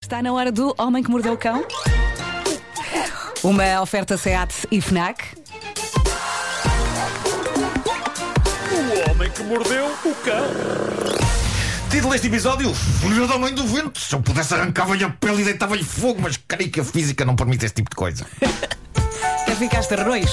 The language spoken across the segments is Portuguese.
Está na hora do Homem que Mordeu o Cão. Uma oferta SEAT e FNAC. O homem que mordeu o cão. Título deste episódio: Filho da mãe do vento. Se eu pudesse arrancava-lhe a pele e deitava-lhe fogo, mas creio que a física não permite esse tipo de coisa. Quer ficar terrões?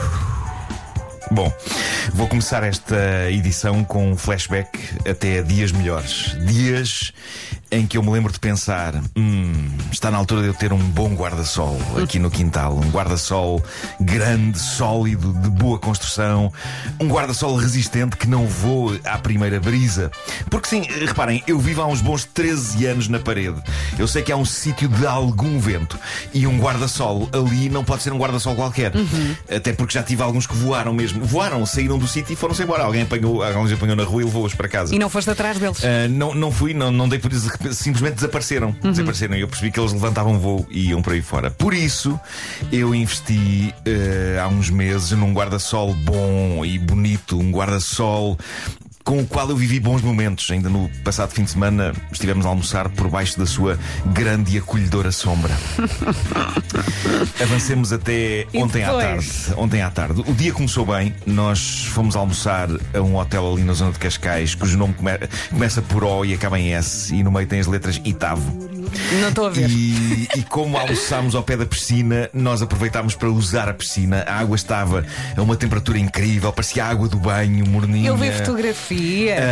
Bom, vou começar esta edição com um flashback até a dias melhores. Dias em que eu me lembro de pensar: está na altura de eu ter um bom guarda-sol aqui no quintal. Um guarda-sol grande, sólido, de boa construção. Um guarda-sol resistente que não voe à primeira brisa. Porque sim, reparem, eu vivo há uns bons 13 anos na parede. Eu sei que há um sítio de algum vento. E um guarda-sol ali não pode ser um guarda-sol qualquer. Até porque já tive alguns que voaram mesmo. Voaram, saíram do sítio e foram-se embora. Alguém os apanhou na rua e levou-os para casa. E não foste atrás deles? Não fui, não dei por isso. Simplesmente desapareceram. Desapareceram. E eu percebi que eles levantavam voo e iam por aí fora. Por isso, eu investi há uns meses num guarda-sol bom e bonito. Um guarda-sol com o qual eu vivi bons momentos. Ainda no passado fim de semana estivemos a almoçar por baixo da sua grande e acolhedora sombra. Avancemos até ontem à tarde. Ontem à tarde. O dia começou bem. Nós fomos almoçar a um hotel ali na zona de Cascais, cujo nome começa por O e acaba em S, e no meio tem as letras Itavo. Não estou a ver. E como almoçámos ao pé da piscina, nós aproveitámos para usar a piscina. A água estava a uma temperatura incrível, parecia a água do banho, morninha. Eu vi fotografias.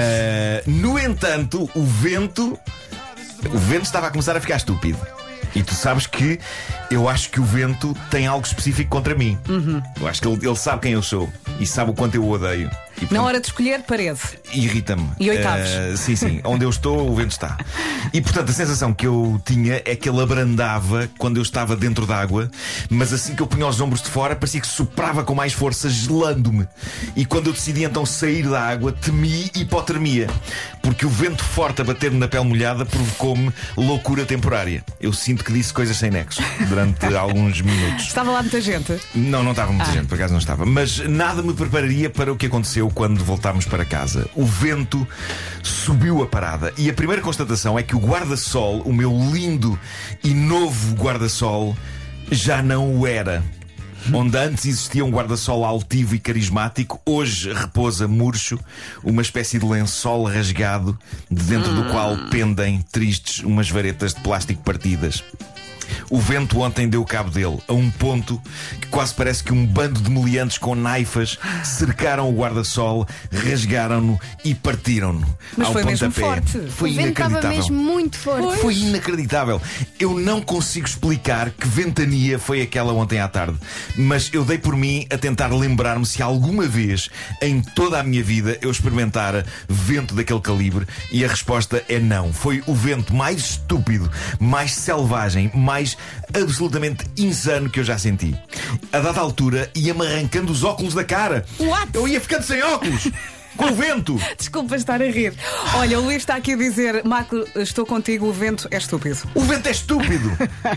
No entanto, o vento estava a começar a ficar estúpido. E tu sabes que eu acho que o vento tem algo específico contra mim. Eu acho que ele sabe quem eu sou e sabe o quanto eu o odeio. E, portanto, na hora de escolher, parede. irrita-me. E oitavos. Sim. Onde eu estou, o vento está. E portanto a sensação que eu tinha é que ele abrandava quando eu estava dentro d'água, mas assim que eu punha os ombros de fora, parecia que soprava com mais força, gelando-me. E quando eu decidi então sair da água, temi hipotermia, porque o vento forte a bater-me na pele molhada provocou-me loucura temporária. Eu sinto que disse coisas sem nexo durante alguns minutos. Estava lá muita gente? Não estava muita gente, por acaso não estava. Mas nada me prepararia para o que aconteceu quando voltámos para casa. O vento subiu a parada. E a primeira constatação é que o guarda-sol, o meu lindo e novo guarda-sol, já não o era. Onde antes existia um guarda-sol altivo e carismático, hoje repousa murcho, uma espécie de lençol rasgado, de dentro do qual pendem, tristes, umas varetas de plástico partidas. O vento ontem deu cabo dele, a um ponto que quase parece que um bando de meliantes com naifas cercaram o guarda-sol, rasgaram-no e partiram-no. Mas ao foi pontapé. mesmo forte. Foi O vento estava inacreditável. mesmo muito forte. Foi inacreditável. Eu não consigo explicar que ventania foi aquela ontem à tarde, mas eu dei por mim a tentar lembrar-me se alguma vez em toda a minha vida eu experimentara vento daquele calibre, e a resposta é não. Foi o vento mais estúpido, mais selvagem, mais absolutamente insano que eu já senti. A dada altura ia-me arrancando os óculos da cara. What? Eu ia ficando sem óculos com o vento. Desculpa estar a rir. Olha, o Luís está aqui a dizer: Marco, estou contigo, o vento é estúpido. O vento é estúpido.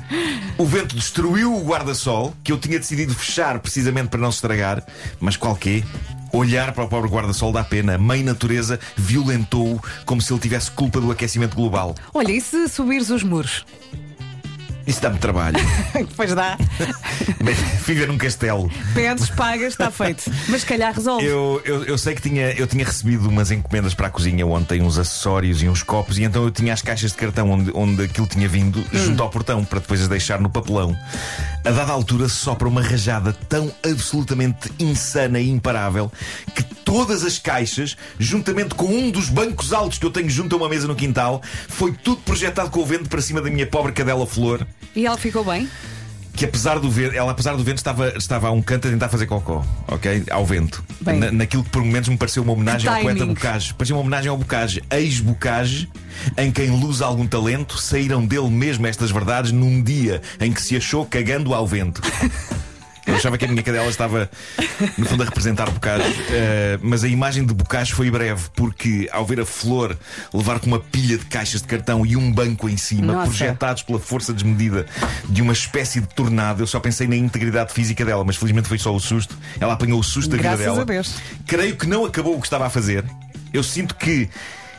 O vento destruiu o guarda-sol, que eu tinha decidido fechar precisamente para não se estragar. Mas qual quê? Olhar para o pobre guarda-sol dá pena. A mãe natureza violentou-o como se ele tivesse culpa do aquecimento global. Olha, e se subires os muros? Isso dá-me trabalho. Depois dá. Viver num castelo. Pedes, pagas, está feito. Mas se calhar resolve. Eu sei que eu tinha recebido umas encomendas para a cozinha ontem, uns acessórios e uns copos, e então eu tinha as caixas de cartão onde aquilo tinha vindo junto ao portão, para depois as deixar no papelão. A dada altura sopra uma rajada tão absolutamente insana e imparável que todas as caixas, juntamente com um dos bancos altos que eu tenho junto a uma mesa no quintal, foi tudo projetado com o vento para cima da minha pobre cadela Flor. E ela ficou bem? Que apesar do vento estava a um canto a tentar fazer cocó, ok? Ao vento. Naquilo que por momentos me pareceu uma homenagem ao poeta Bocage. Parecia uma homenagem ao Bocage, ex-Bocage, em quem luz algum talento, saíram dele mesmo estas verdades num dia em que se achou cagando ao vento. Eu achava que a minha cadela estava, no fundo, a representar Bocage, mas a imagem de Bocage foi breve, porque ao ver a Flor levar com uma pilha de caixas de cartão e um banco em cima, Nossa, projetados pela força desmedida de uma espécie de tornado, eu só pensei na integridade física dela, mas felizmente foi só o susto. Ela apanhou o susto da vida graças dela. a Deus. Creio que não acabou o que estava a fazer. Eu sinto que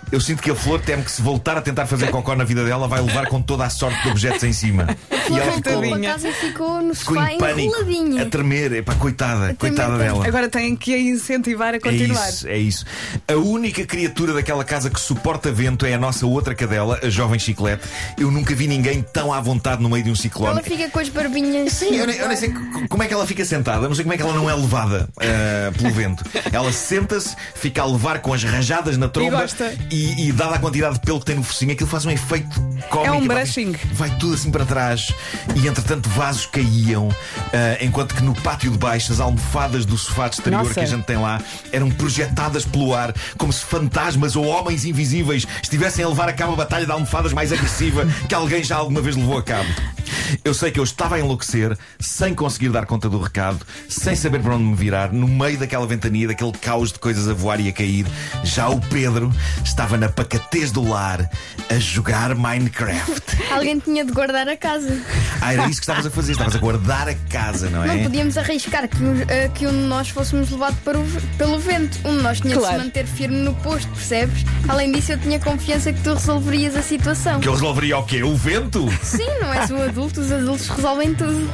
Eu sinto que a Flor teme que, se voltar a tentar fazer cocó na vida dela, vai levar com toda a sorte de objetos em cima. E ela ficou para casa e ficou no sofá em pânico, enroladinha. a tremer. Epá, coitada dela. Agora têm que a incentivar a continuar. É isso. A única criatura daquela casa que suporta vento é a nossa outra cadela, a jovem Chiclete. Eu nunca vi ninguém tão à vontade no meio de um ciclone. Ela fica com as barbinhas. Sim, eu nem sei como é que ela fica sentada. Não sei como é que ela não é levada pelo vento. Ela senta-se, fica a levar com as rajadas na tromba e dada a quantidade de pelo que tem no focinho, aquilo faz um efeito cómico. É um brushing. Vai tudo assim para trás. E entretanto vasos caíam, enquanto que no pátio de baixo as almofadas do sofá de exterior que a gente tem lá eram projetadas pelo ar, como se fantasmas ou homens invisíveis estivessem a levar a cabo a batalha de almofadas mais agressiva que alguém já alguma vez levou a cabo. Eu sei que eu estava a enlouquecer, sem conseguir dar conta do recado, sem saber para onde me virar, no meio daquela ventania, daquele caos de coisas a voar e a cair. Já o Pedro estava na pacatez do lar a jogar Minecraft. Alguém tinha de guardar a casa. Era isso que estavas a fazer, estavas a guardar a casa, não é? Não podíamos arriscar que um de nós fôssemos levados pelo vento. Um de nós tinha de se manter firme no posto, percebes? Além disso, eu tinha confiança que tu resolverias a situação. Que eu resolveria o quê? O vento? Sim, não és um adulto, os adultos resolvem tudo.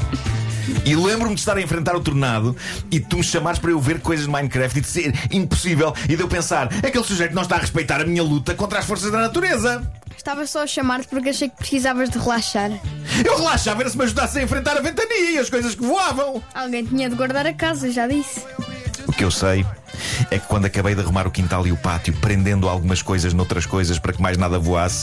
E lembro-me de estar a enfrentar o tornado e tu me chamares para eu ver coisas de Minecraft e de ser impossível, e de eu pensar: aquele sujeito não está a respeitar a minha luta contra as forças da natureza. Estava só a chamar-te porque achei que precisavas de relaxar. Eu relaxava era se me ajudasse a enfrentar a ventania e as coisas que voavam. Alguém tinha de guardar a casa, já disse. O que eu sei é que quando acabei de arrumar o quintal e o pátio, prendendo algumas coisas noutras coisas para que mais nada voasse,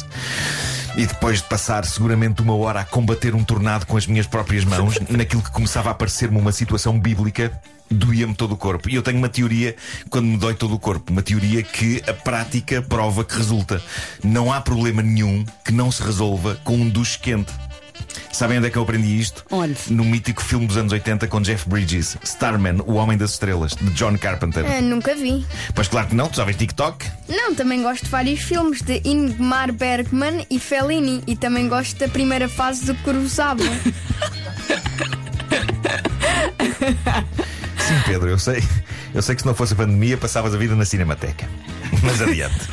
e depois de passar seguramente 1 hora a combater um tornado com as minhas próprias mãos, naquilo que começava a parecer-me uma situação bíblica, doía-me todo o corpo. E eu tenho uma teoria quando me dói todo o corpo. Uma teoria que a prática prova que resulta. Não há problema nenhum que não se resolva com um duche quente. Sabem onde é que eu aprendi isto? Onde? No mítico filme dos anos 80 com Jeff Bridges, Starman, o Homem das Estrelas, de John Carpenter. Nunca vi. Pois claro que não, tu já vês TikTok? Não, também gosto de vários filmes de Ingmar Bergman e Fellini. E também gosto da primeira fase do Kurosawa. Sim, Pedro, eu sei que se não fosse a pandemia passavas a vida na Cinemateca. Mas adiante.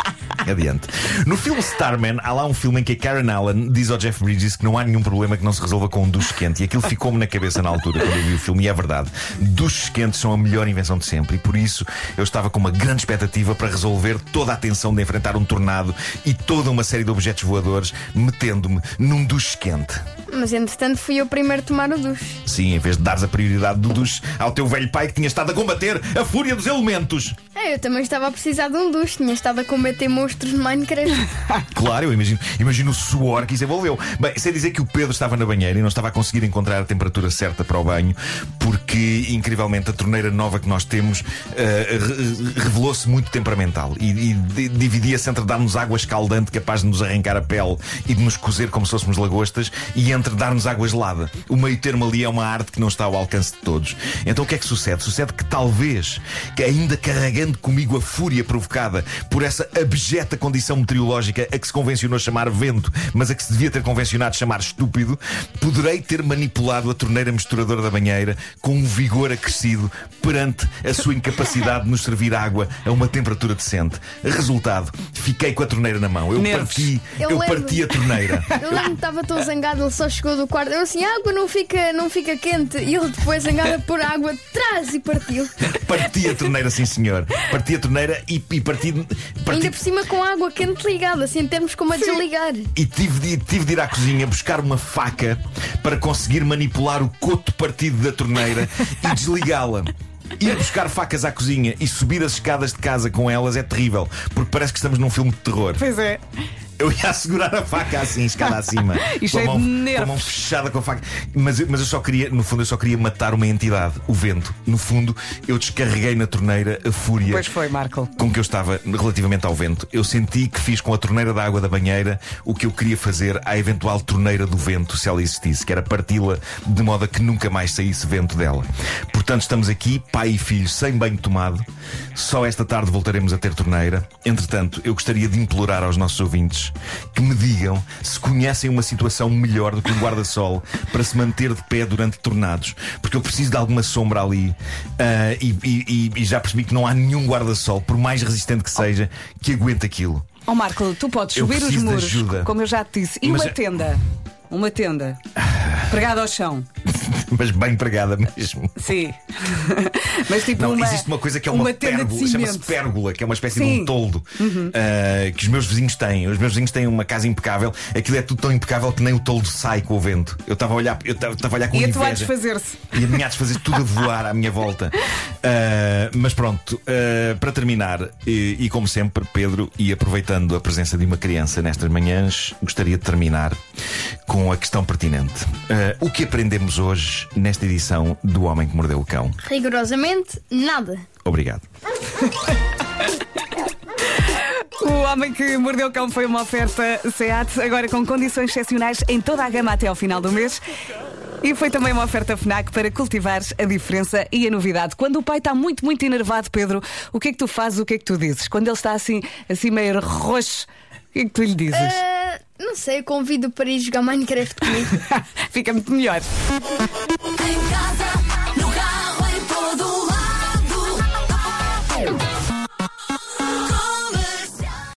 No filme Starman, há lá um filme em que a Karen Allen diz ao Jeff Bridges que não há nenhum problema que não se resolva com um duche quente. E aquilo ficou-me na cabeça na altura quando eu vi o filme, e é verdade. Duches quentes são a melhor invenção de sempre. E por isso eu estava com uma grande expectativa para resolver toda a tensão de enfrentar um tornado e toda uma série de objetos voadores, metendo-me num duche quente. Mas entretanto fui eu primeiro a tomar o duche. Sim, em vez de dares a prioridade do duche ao teu velho pai que tinha estado a combater a fúria dos elementos. Eu também estava a precisar de um duche. Tinha estado a combater monstros de Minecraft. Claro, eu imagino o suor que isso envolveu. Bem, sei dizer que o Pedro estava na banheira e não estava a conseguir encontrar a temperatura certa para o banho, porque, incrivelmente, a torneira nova que nós temos revelou-se muito temperamental e dividia-se entre dar-nos água escaldante capaz de nos arrancar a pele e de nos cozer como se fôssemos lagostas, e entre dar-nos água gelada. O meio termo ali é uma arte que não está ao alcance de todos. Então o que é que sucede? Sucede que talvez, que ainda carregando comigo a fúria provocada por essa abjeta condição meteorológica a que se convencionou chamar vento, mas a que se devia ter convencionado chamar estúpido, poderei ter manipulado a torneira misturadora da banheira com um vigor acrescido perante a sua incapacidade de nos servir água a uma temperatura decente. Resultado, fiquei com a torneira na mão. Eu parti a torneira. Eu lembro que estava tão zangado, ele só chegou do quarto. Eu assim, a água não fica quente. E ele depois zangado a pôr a água atrás e partiu. Parti a torneira, sim senhor. Parti a torneira e parti. Ainda por cima com a água quente ligada, assim temos como a desligar. E tive de ir à cozinha buscar uma faca para conseguir manipular o coto partido da torneira e desligá-la. Ir buscar facas à cozinha e subir as escadas de casa com elas é terrível, porque parece que estamos num filme de terror. Pois é. Eu ia a segurar a faca assim, escada acima, com a mão fechada com a faca. Mas eu só queria, no fundo, matar uma entidade, o vento. No fundo, eu descarreguei na torneira a fúria. Pois foi, Marco. Com que eu estava relativamente ao vento. Eu senti que fiz com a torneira da água da banheira o que eu queria fazer à eventual torneira do vento, se ela existisse, que era parti-la de modo a que nunca mais saísse vento dela. Portanto, estamos aqui, pai e filho, sem banho tomado. Só esta tarde voltaremos a ter torneira. Entretanto, eu gostaria de implorar aos nossos ouvintes que me digam se conhecem uma situação melhor do que um guarda-sol para se manter de pé durante tornados, porque eu preciso de alguma sombra ali, e já percebi que não há nenhum guarda-sol, por mais resistente que seja, que aguente aquilo. Ó Marco, tu podes Eu subir os preciso de muros, ajuda. como eu já te disse. E Mas uma tenda. Uma tenda. Pregada ao chão. Mas bem pregada mesmo. Sim. Mas tipo Não, uma, existe uma coisa que é uma tenda de pérgola, chama-se cimento. pérgola, que é uma espécie Sim. de um toldo que os meus vizinhos têm. Os meus vizinhos têm uma casa impecável. Aquilo é tudo tão impecável que nem o toldo sai com o vento. Eu estava a olhar, com E a tua a inveja. desfazer-se. E a minha a desfazer tudo a voar à minha volta. Mas pronto, para terminar, e como sempre, Pedro, e aproveitando a presença de uma criança nestas manhãs, gostaria de terminar com a questão pertinente. O que aprendemos hoje nesta edição do Homem que Mordeu o Cão? Rigorosamente nada. Obrigado. O Homem que Mordeu o Cão foi uma oferta SEAT, agora com condições excepcionais em toda a gama até ao final do mês. E foi também uma oferta FNAC para cultivares a diferença e a novidade. Quando o pai está muito, muito enervado, Pedro, o que é que tu fazes, o que é que tu dizes? Quando ele está assim meio roxo, o que é que tu lhe dizes? Não sei, eu convido para ir jogar Minecraft comigo. Fica muito melhor. Em casa.